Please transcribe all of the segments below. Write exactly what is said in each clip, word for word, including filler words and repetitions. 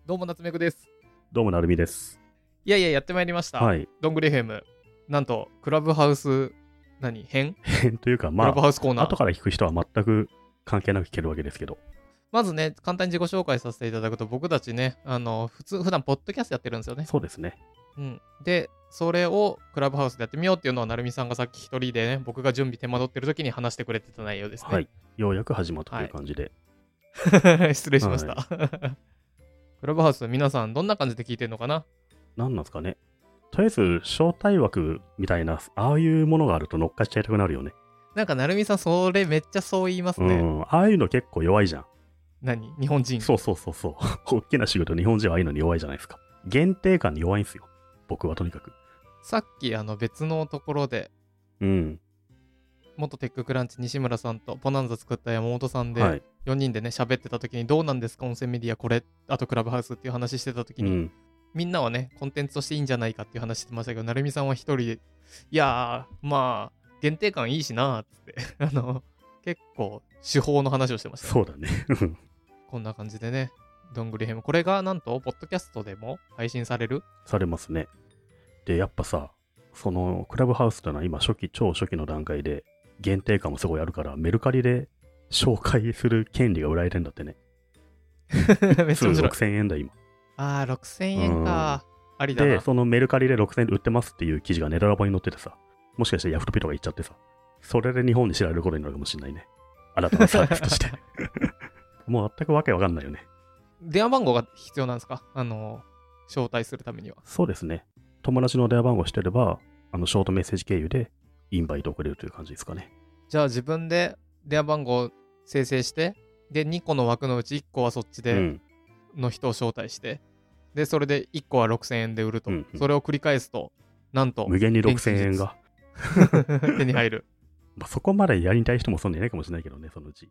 どうも夏目くです。 どうもなるみです。 いやいややってまいりました、 はい、 どんぐり エフエム。なんとクラブハウス何編編というか、まあクラブハウスコーナー後から聞く人は全く関係なく聞けるわけですけど、 まずね簡単に自己紹介させていただくと、僕たちねあの普通普段ポッドキャストやってるんですよね。 そうですね、 うん、でそれをクラブハウスでやってみようっていうのはなるみさんがさっき一人でね、僕が準備手間取ってる時に話してくれてた内容ですね。 はい、ようやく始まったという感じで、 はい、失礼しました、 はクラブハウス皆さんどんな感じで聞いてるのかな。 なんなんですかね。とりあえず招待枠みたいなああいうものがあると乗っかっちゃいたくなるよね。 なんかなるみさんそれめっちゃそう言いますね。 うん、ああいうの結構弱いじゃん。 何日本人。 そうそうそうそう大きな仕事日本人はああいうのに弱いじゃないですか。限定感に弱いんですよ、僕はとにかく。 さっきあの別のところでうん元テッククランチ西村さんとポナンザ作った山本さんはいでよにんでね喋ってた時に、どうなんですか音声メディアこれ、あとクラブハウスっていう話してた時に、 うんみんなはねコンテンツとしていいんじゃないかっていう話してましたけど、なるみさんは一人でいやーまあ限定感いいしなーっつってあの結構手法の話をしてましたね。 そうだねこんな感じでね、どんぐりヘム、これがなんとポッドキャストでも配信されるされますね。でやっぱさ、そのクラブハウスというのは今初期超初期の段階で限定感もすごいあるから、メルカリで紹介する権利が売られてんだってね。 めっちゃ面白い。 ろくせんえんだ今。 あーろくせんえんか、ありだな。 でそのメルカリでろくせんえんで売ってますっていう記事がネタラボに載っててさ、もしかしてヤフトピとか言っちゃってさ、それで日本に知られることになるかもしれないね、新たなサービスとしてもう全くわけわかんないよね。 電話番号が必要なんですか、あの招待するためには。 そうですね、友達の電話番号をしてれば、あのショートメッセージ経由でインバイトをくれるという感じですかね。 じゃあ自分で電話番号を生成して、でにこの枠のうちいっこはそっちでうんの人を招待して、でそれでいっこはろくせんえんで売ると、 うんうん、 それを繰り返すとなんと無限にろくせんえんが手に入るまあそこまでやりたい人もそんなにいないかもしれないけどね、そのうち。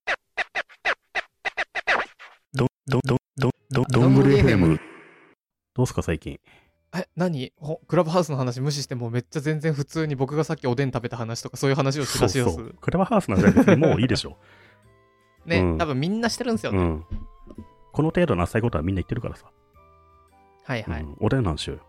ど、ど、ど、ど、ど、どんぐり エフエム。どうすか最近。 え、何ほクラブハウスの話無視してもめっちゃ全然普通に僕がさっきおでん食べた話とかそういう話をしだしやす。 そうそう、クラブハウスなんじゃ別にもういいでしょね、 うん、 多分みんなしてるんですよね、 うん、この程度の浅いことはみんな言ってるからさ。 はいはい、 うん、おでんなんしようよ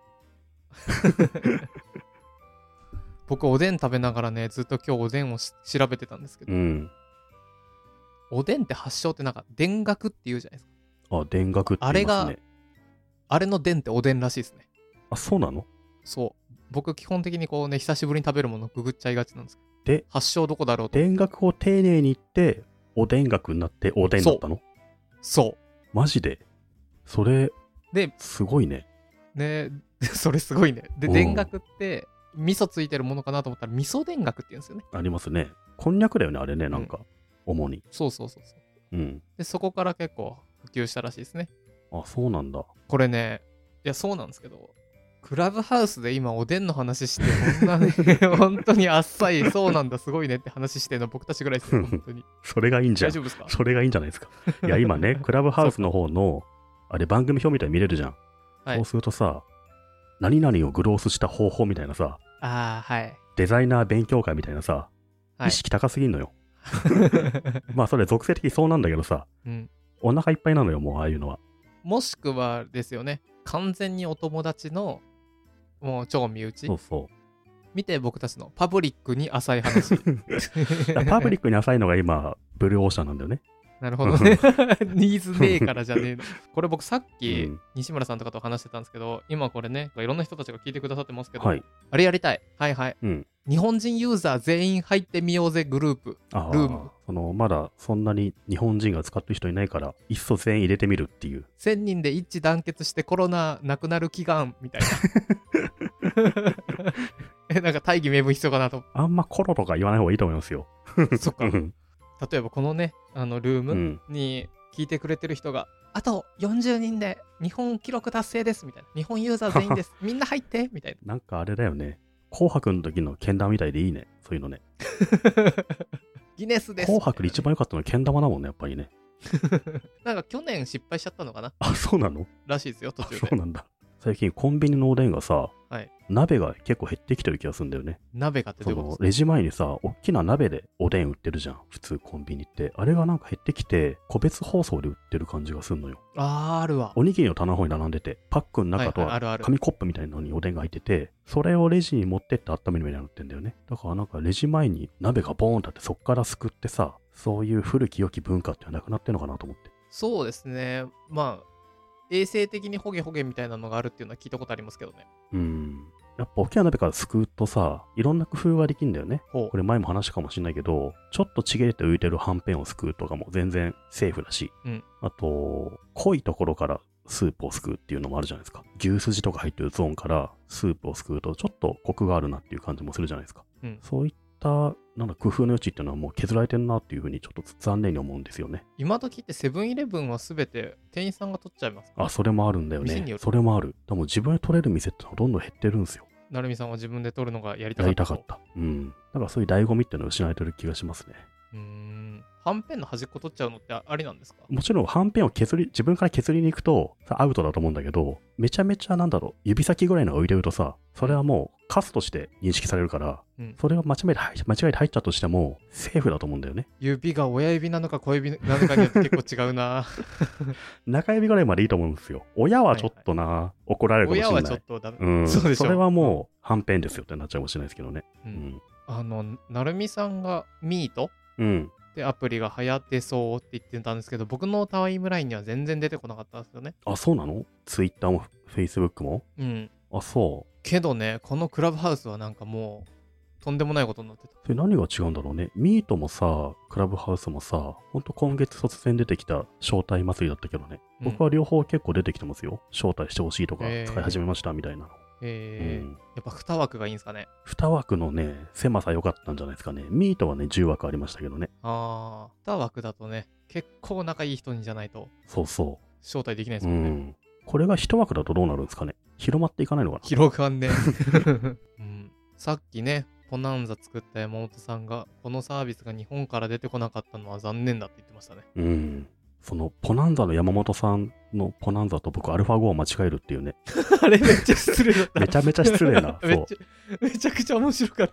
僕おでん食べながらねずっと今日おでんを調べてたんですけど、 うん、 おでんって発祥ってなんか田楽って言うじゃないですか。 あ、田楽って言いますね。 あれがあれの田っておでんらしいですね。 あ、そうなの？ そう僕基本的にこうね久しぶりに食べるものググっちゃいがちなんですけど、 で発祥どこだろうと。 田楽を丁寧に言っておでん楽になっておでんだったの？ そうマジでそれですごいね。 ねそれすごいね。で、 うん田楽って味噌ついてるものかなと思ったら味噌田楽って言うんですよね。 ありますね。こんにゃくだよねあれね、なんか、うん、主に。 そうそうそうそう、 うん、でそこから結構普及したらしいですね。 あ、そうなんだ。 これね、いやそうなんですけど、クラブハウスで今おでんの話してこんなね本当にあっさい、そうなんだすごいねって話してるの僕たちぐらいですよ本当に。 それがいいんじゃん。 大丈夫ですか？ それがいいんじゃないですか。いや今ねクラブハウスの方のあれ番組表みたいに見れるじゃん、はい、そうするとさ、何々をグロースした方法みたいなさ、 あー、はい、 デザイナー勉強会みたいなさ、はい、意識高すぎんのよまあそれ属性的にそうなんだけどさ、うん、お腹いっぱいなのよもうああいうのは。 もしくはですよね、完全にお友達のもう超身内。 そうそう。 見て僕たちのパブリックに浅い話パブリックに浅いのが今ブルーオーシャンなんだよね。 なるほどねニーズねえからじゃねえのこれ僕さっき、うん、西村さんとかと話してたんですけど、今これねいろんな人たちが聞いてくださってますけど、はい、あれやりたい。はいはい、うん、日本人ユーザー全員入ってみようぜグループルーム。 そのまだそんなに日本人が使ってる人いないからいっそ全員入れてみるっていう。 せんにんで一致団結してコロナなくなる祈願みたいなえ、なんか大義名分必要かなと。 あんまコロとか言わない方がいいと思いますよそっか例えばこのねあのルームに聞いてくれてる人が、うん、あとよんじゅうにんで日本記録達成ですみたいな、日本ユーザー全員ですみんな入ってみたいな。 なんかあれだよね、紅白の時のけん玉みたいでいいね、そういうのねギネスです。 紅白で一番良かったのはけん玉だもんねやっぱりねなんか去年失敗しちゃったのかな。 あ、そうなの？ らしいですよ途中で。 そうなんだ。最近コンビニのおでんがさ、はい、 鍋が結構減ってきてる気がするんだよね。 鍋がってどういうことですか？ レジ前にさ、大きな鍋でおでん売ってるじゃん。普通コンビニって。あれがなんか減ってきて、個別包装で売ってる感じがするのよ。 あー、あるわ。 おにぎりの棚の方に並んでて、パックの中とは紙コップみたいなのにおでんが入ってて、それをレジに持ってって温めるみたいになってんだよね。だからなんかレジ前に鍋がボーンとあって、そっからすくってさ、そういう古き良き文化ってなくなってんのかなと思って。 そうですね。まあ、衛生的にホゲホゲみたいなのがあるっていうのは聞いたことありますけどね。 うん。やっぱ大きな鍋からすくうとさ、いろんな工夫ができるんだよね。これ前も話したかもしれないけど、ちょっとちぎれて浮いてるはんぺんをすくうとかも全然セーフだし、 うん、 あと、濃いところからスープをすくうっていうのもあるじゃないですか。牛すじとか入ってるゾーンからスープをすくうとちょっとコクがあるなっていう感じもするじゃないですか。うん、そういったなんだ工夫の余地っていうのはもう削られてるなっていうふうにちょっと残念に思うんですよね。 今時ってセブンイレブンはすべて店員さんが取っちゃいますか？ あ、それもあるんだよね。それもある。でも自分で取れる店ってのはどんどん減ってるんですよ。 なるみさんは自分で取るのがやりたかった。やりたかった。うん。だからそういう醍醐味っていうのを失われてる気がしますね。 うーん。はんぺんの端っこ取っちゃうのってありなんですか？ もちろんはんぺんを削り、自分から削りに行くとアウトだと思うんだけど、めちゃめちゃなんだろう、指先ぐらいのを入れるとさ、それはもうカスとして認識されるから、うん、それを間違えて入間違えて入っちゃったとしてもセーフだと思うんだよね。 指が親指なのか小指なのかによって結構違うな。 中指ぐらいまでいいと思うんですよ。親はちょっとな、はいはい、怒られるかもしれない。 親はちょっとダメ。 うん、そうでしょ。それはもうはんぺんですよってなっちゃうかもしれないですけどね。 うん。うん、あの、なるみさんがミート、 うん、 でアプリが流行ってそうって言ってたんですけど、僕のタイムラインには全然出てこなかったんですよね。 あ、そうなの？ツイッターもフェイスブックも？ うん。 あ、そう。 けどね、このクラブハウスはなんかもうとんでもないことになってた。 それ何が違うんだろうね。ミートもさ、クラブハウスもさ、ほんと今月突然出てきた招待祭りだったけどね、うん、僕は両方結構出てきてますよ。招待してほしいとか、使い始めましたみたいな。 えーうん、やっぱに枠がいいんですかね。 に枠のね、狭さ良かったんじゃないですかね。ミートはね、じゅう枠ありましたけどね。 ああ、に枠だとね、結構仲いい人にじゃないと。 そうそう。 招待できないですもんね。うん、 これがいち枠だとどうなるんですかね。広まっていかないのかな。 広がんね、うん。さっきね、ポナンザ作った山本さんが、このサービスが日本から出てこなかったのは残念だって言ってましたね。 うん。そのポナンザの山本さんのポナンザと僕アルファごを間違えるっていうね。 あれめっちゃ失礼だった。 めちゃめちゃ失礼な。 め, ちめちゃくちゃ面白かった。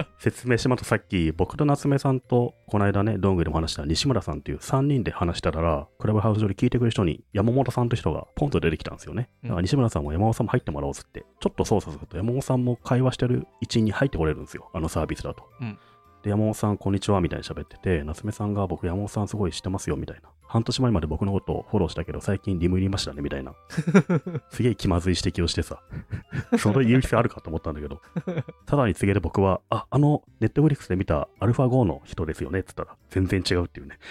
説明しますと、さっき僕と夏目さんとこの間ね、ドングでも話した西村さんっていうさんにんで話したら、クラブハウス上で聞いてくる人に山本さんという人がポンと出てきたんですよね。だから西村さんも山本さんも入ってもらおうっつって、ちょっと操作すると山本さんも会話してる一員に入ってこれるんですよ。あのサービスだと。うんで、山本さん、こんにちは、みたいに喋ってて、夏目さんが僕、山本さんすごい知ってますよ、みたいな。半年前まで僕のことをフォローしたけど、最近リム入りましたね、みたいな。すげえ気まずい指摘をしてさ、それ言う必要あるかと思ったんだけど、ただに告げて僕は、あ、あの、ネットフリックスで見たアルファごの人ですよね、つったら、全然違うっていうね。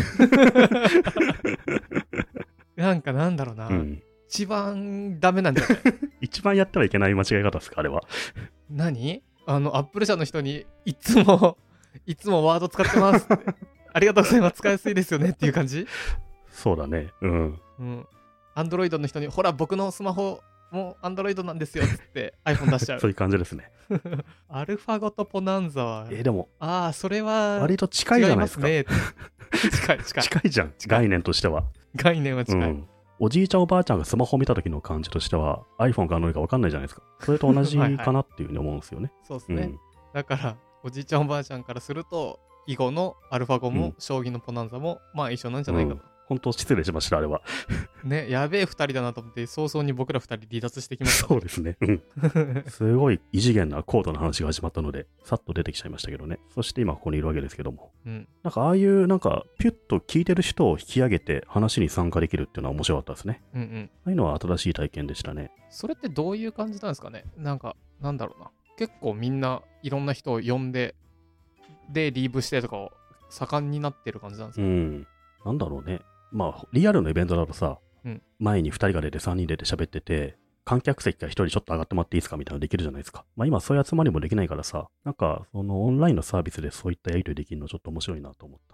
なんかなんだろうな。うん、一番ダメなんじゃない？ 一番やってはいけない間違い方ですか、あれは。 何？あの、アップル社の人に、いつも、いつもワード使ってますって。ありがとうございます。使いやすいですよねっていう感じ？ そうだね。うん。 うん。アンドロイドの人に、ほら、僕のスマホもアンドロイドなんですよって iPhone 出しちゃう。 そういう感じですね。 アルファごとポナンザは。 えー、でも、 ああ、それは。 割と近いじゃないですか。 違いますね。近い、近い。 近いじゃん。概念としては。 概念は近い。うん、 おじいちゃんおばあちゃんがスマホを見た時の感じとしては iPhone か Android か分かんないじゃないですか。それと同じかなっていうふうに思うんですよね。 はいはい、そうですね。うんだからおじいちゃんおばあちゃんからすると囲碁のアルファごも、うん、将棋のポナンザもまあ一緒なんじゃないかと、うん、 本当失礼しましたあれはねやべえふたりだなと思って早々に僕らふたり離脱してきました、ね、 そうですね、うん、すごい異次元な高度な話が始まったのでさっと出てきちゃいましたけどね。そして今ここにいるわけですけども、うん、なんかああいうなんかピュッと聞いてる人を引き上げて話に参加できるっていうのは面白かったですね、うんうん、ああいうのは新しい体験でしたね。 それってどういう感じなんですかね。なんかなんだろうな、結構みんないろんな人を呼んででリーブしてとかを盛んになってる感じなんですか。 うん、なんだろうね。まあリアルのイベントだとさ、うん、前にふたりが出てさんにん出て喋ってて観客席がひとりちょっと上がってもらっていいですかみたいなのできるじゃないですか。まあ今そういう集まりもできないからさ、なんかそのオンラインのサービスでそういったやり取りできるのちょっと面白いなと思った。